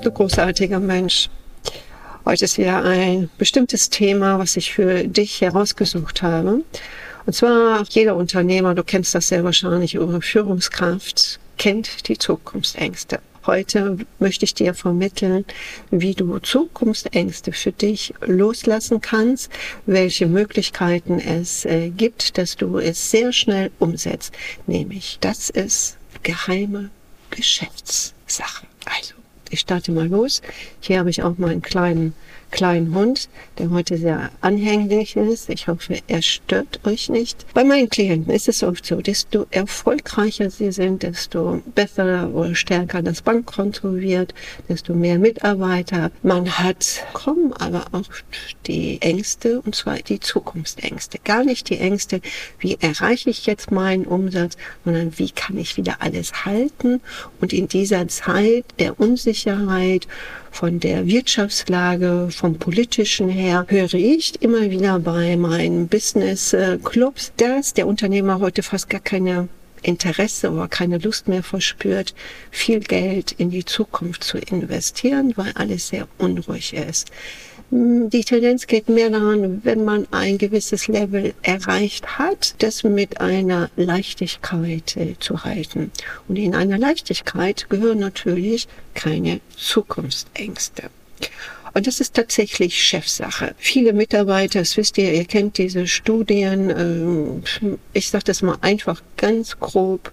du großartiger Mensch. Heute ist wieder ein bestimmtes Thema, was ich für dich herausgesucht habe. Und zwar jeder Unternehmer, du kennst das sehr wahrscheinlich, eure Führungskraft kennt die Zukunftsängste. Heute möchte ich dir vermitteln, wie du Zukunftsängste für dich loslassen kannst, welche Möglichkeiten es gibt, dass du es sehr schnell umsetzt. Nämlich, das ist geheime Geschäftssache. Also, ich starte mal los. Hier habe ich auch meinen kleinen Hund, der heute sehr anhänglich ist. Ich hoffe, er stört euch nicht. Bei meinen Klienten ist es oft so, desto erfolgreicher sie sind, desto besser oder stärker das Bankkonto wird, desto mehr Mitarbeiter man hat, kommen aber auch die Ängste, und zwar die Zukunftsängste. Gar nicht die Ängste, wie erreiche ich jetzt meinen Umsatz, sondern wie kann ich wieder alles halten und in dieser Zeit der Unsicherheit, von der Wirtschaftslage, vom Politischen her, höre ich immer wieder bei meinen Business-Clubs, dass der Unternehmer heute fast gar keine Interesse oder keine Lust mehr verspürt, viel Geld in die Zukunft zu investieren, weil alles sehr unruhig ist. Die Tendenz geht mehr daran, wenn man ein gewisses Level erreicht hat, das mit einer Leichtigkeit zu halten. Und in einer Leichtigkeit gehören natürlich keine Zukunftsängste. Und das ist tatsächlich Chefsache. Viele Mitarbeiter, das wisst ihr, ihr kennt diese Studien, ich sage das mal einfach ganz grob,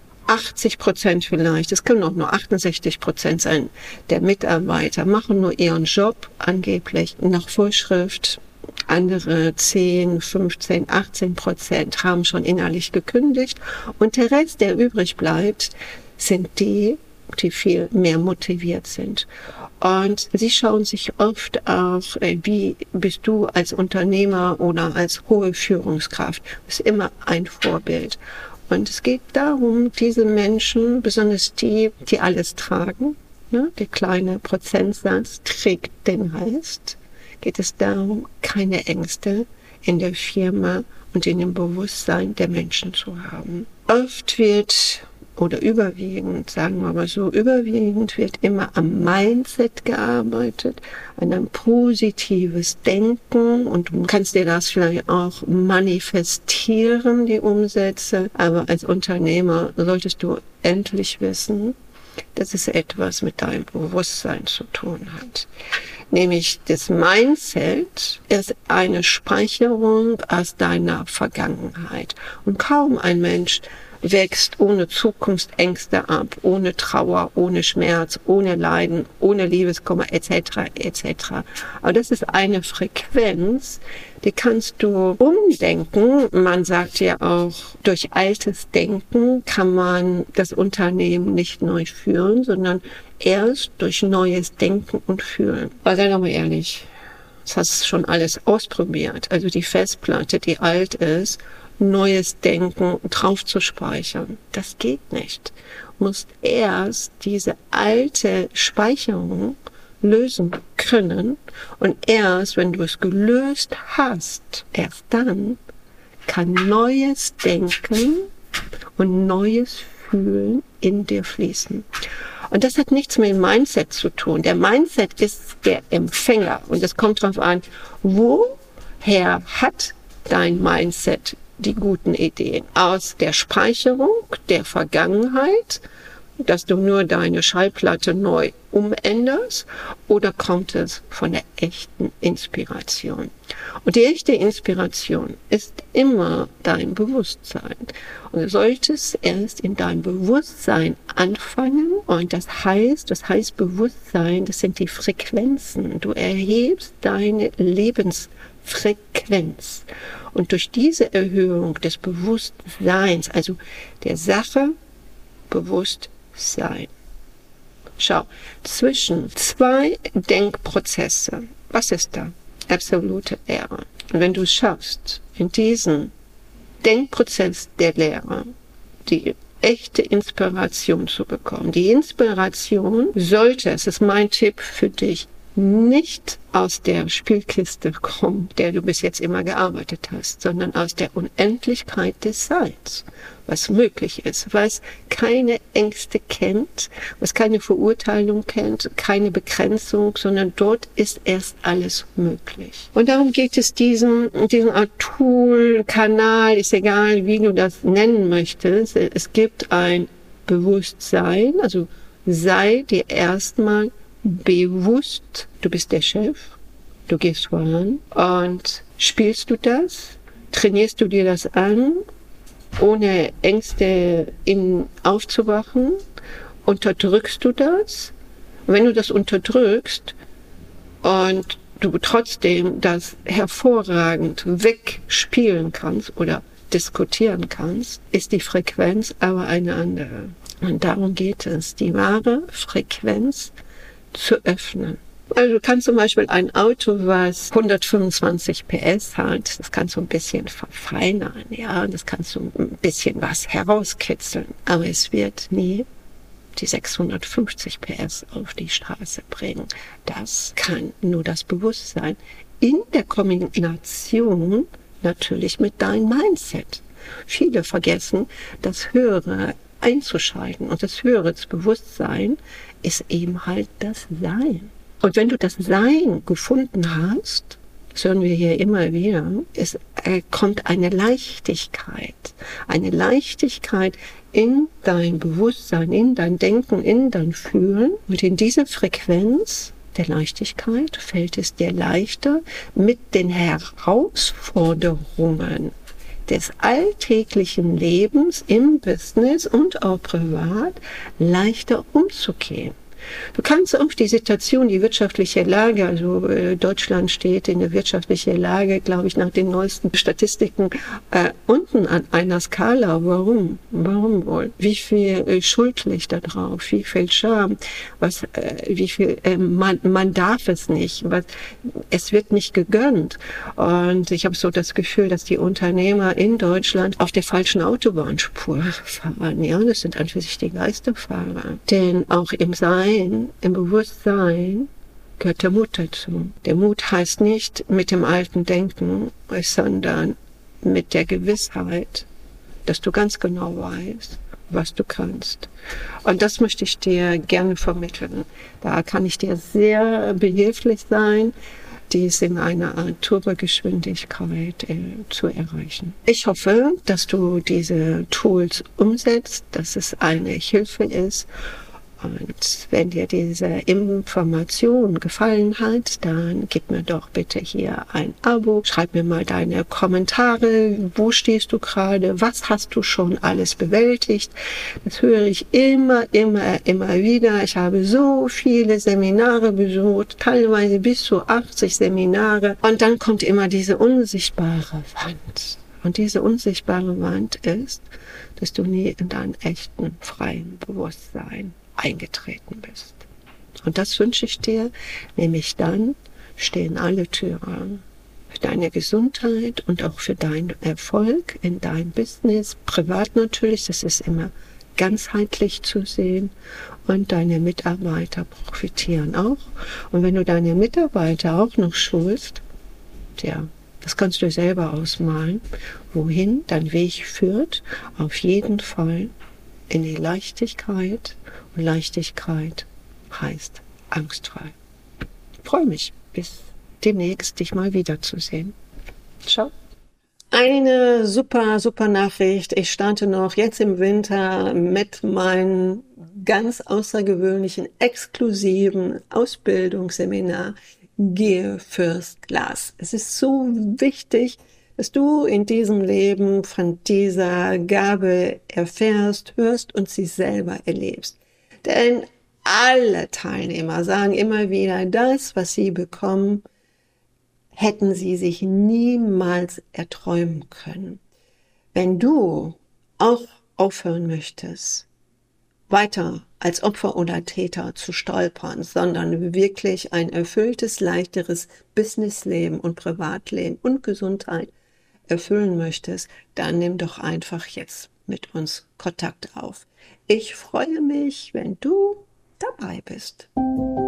80% vielleicht, es können auch nur 68% sein, der Mitarbeiter machen nur ihren Job angeblich nach Vorschrift. Andere 10, 15, 18% haben schon innerlich gekündigt. Und der Rest, der übrig bleibt, sind die viel mehr motiviert sind. Und sie schauen sich oft auch, wie bist du als Unternehmer oder als hohe Führungskraft. Das ist immer ein Vorbild. Und es geht darum, diese Menschen, besonders die alles tragen, ne, der kleine Prozentsatz trägt den Rest, geht es darum, keine Ängste in der Firma und in dem Bewusstsein der Menschen zu haben. Oft wird, oder überwiegend, sagen wir mal so, überwiegend wird immer am Mindset gearbeitet, an ein positives Denken, und du kannst dir das vielleicht auch manifestieren, die Umsätze, aber als Unternehmer solltest du endlich wissen, dass es etwas mit deinem Bewusstsein zu tun hat. Nämlich das Mindset ist eine Speicherung aus deiner Vergangenheit. Und kaum ein Mensch wächst ohne Zukunftsängste ab, ohne Trauer, ohne Schmerz, ohne Leiden, ohne Liebeskummer etc. etc. Aber das ist eine Frequenz, die kannst du umdenken. Man sagt ja auch, durch altes Denken kann man das Unternehmen nicht neu führen, sondern erst durch neues Denken und Fühlen. Aber sei doch mal ehrlich, das hast du schon alles ausprobiert. Also die Festplatte, die alt ist, neues Denken drauf zu speichern. Das geht nicht. Du musst erst diese alte Speicherung lösen können, und erst wenn du es gelöst hast, erst dann kann neues Denken und neues Fühlen in dir fließen. Und das hat nichts mit dem Mindset zu tun. Der Mindset ist der Empfänger, und es kommt darauf an, woher hat dein Mindset die guten Ideen? Aus der Speicherung der Vergangenheit, dass du nur deine Schallplatte neu umänderst, oder kommt es von der echten Inspiration? Und die echte Inspiration ist immer dein Bewusstsein. Und du solltest erst in deinem Bewusstsein anfangen. Und das heißt Bewusstsein, das sind die Frequenzen. Du erhebst deine Lebensfrequenz. Und durch diese Erhöhung des Bewusstseins, also der Sache Bewusstsein. Schau, zwischen zwei Denkprozesse, was ist da? Absolute Leere. Und wenn du es schaffst, in diesen Denkprozess der Lehre die echte Inspiration zu bekommen. Die Inspiration sollte, es ist mein Tipp für dich, nicht aus der Spielkiste kommt, der du bis jetzt immer gearbeitet hast, sondern aus der Unendlichkeit des Seins, was möglich ist, was keine Ängste kennt, was keine Verurteilung kennt, keine Begrenzung, sondern dort ist erst alles möglich. Und darum geht es diesen Art Tool, Kanal, ist egal, wie du das nennen möchtest. Es gibt ein Bewusstsein, also sei dir erstmal bewusst, du bist der Chef, du gehst voran und spielst du das, trainierst du dir das an, ohne Ängste aufzuwachen, unterdrückst du das. Und wenn du das unterdrückst und du trotzdem das hervorragend wegspielen kannst oder diskutieren kannst, ist die Frequenz aber eine andere. Und darum geht es, die wahre Frequenz zu öffnen. Also du kannst zum Beispiel ein Auto, was 125 PS hat, das kannst du ein bisschen verfeinern, ja, das kannst du ein bisschen was herauskitzeln, aber es wird nie die 650 PS auf die Straße bringen. Das kann nur das Bewusstsein in der Kombination natürlich mit deinem Mindset. Viele vergessen, das Höhere einzuschalten und das höhere Bewusstsein ist eben halt das Sein. Und wenn du das Sein gefunden hast, das hören wir hier immer wieder, es kommt eine Leichtigkeit in dein Bewusstsein, in dein Denken, in dein Fühlen. Und in diese Frequenz der Leichtigkeit fällt es dir leichter, mit den Herausforderungen des alltäglichen Lebens im Business und auch privat leichter umzugehen. Du kannst auch die Situation, die wirtschaftliche Lage, also Deutschland steht in der wirtschaftlichen Lage, glaube ich, nach den neuesten Statistiken unten an einer Skala. Warum? Warum wohl? Wie viel Schuld liegt da drauf? Wie viel Scham? Wie viel man darf es nicht? Es wird nicht gegönnt. Und ich habe so das Gefühl, dass die Unternehmer in Deutschland auf der falschen Autobahnspur fahren. Ja, das sind an für sich die Geisterfahrer. Denn auch im Sein, im Bewusstsein gehört der Mut dazu. Der Mut heißt nicht mit dem alten Denken, sondern mit der Gewissheit, dass du ganz genau weißt, was du kannst. Und das möchte ich dir gerne vermitteln. Da kann ich dir sehr behilflich sein, dies in einer Art Turbogeschwindigkeit zu erreichen. Ich hoffe, dass du diese Tools umsetzt, dass es eine Hilfe ist. Und wenn dir diese Information gefallen hat, dann gib mir doch bitte hier ein Abo. Schreib mir mal deine Kommentare. Wo stehst du gerade? Was hast du schon alles bewältigt? Das höre ich immer wieder. Ich habe so viele Seminare besucht, teilweise bis zu 80 Seminare. Und dann kommt immer diese unsichtbare Wand. Und diese unsichtbare Wand ist, dass du nie in deinem echten, freien Bewusstsein eingetreten bist. Und das wünsche ich dir, nämlich dann stehen alle Türen für deine Gesundheit und auch für deinen Erfolg in deinem Business, privat natürlich, das ist immer ganzheitlich zu sehen, und deine Mitarbeiter profitieren auch. Und wenn du deine Mitarbeiter auch noch schulst, tja, das kannst du selber ausmalen, wohin dein Weg führt, auf jeden Fall in die Leichtigkeit. Und Leichtigkeit heißt angstfrei. Ich freue mich, bis demnächst dich mal wiederzusehen. Ciao. Eine super Nachricht. Ich starte noch jetzt im Winter mit meinem ganz außergewöhnlichen, exklusiven Ausbildungsseminar Gehe First Class. Es ist so wichtig, dass du in diesem Leben von dieser Gabe erfährst, hörst und sie selber erlebst. Denn alle Teilnehmer sagen immer wieder, das, was sie bekommen, hätten sie sich niemals erträumen können. Wenn du auch aufhören möchtest, weiter als Opfer oder Täter zu stolpern, sondern wirklich ein erfülltes, leichteres Businessleben und Privatleben und Gesundheit erfüllen möchtest, dann nimm doch einfach jetzt mit uns Kontakt auf. Ich freue mich, wenn du dabei bist.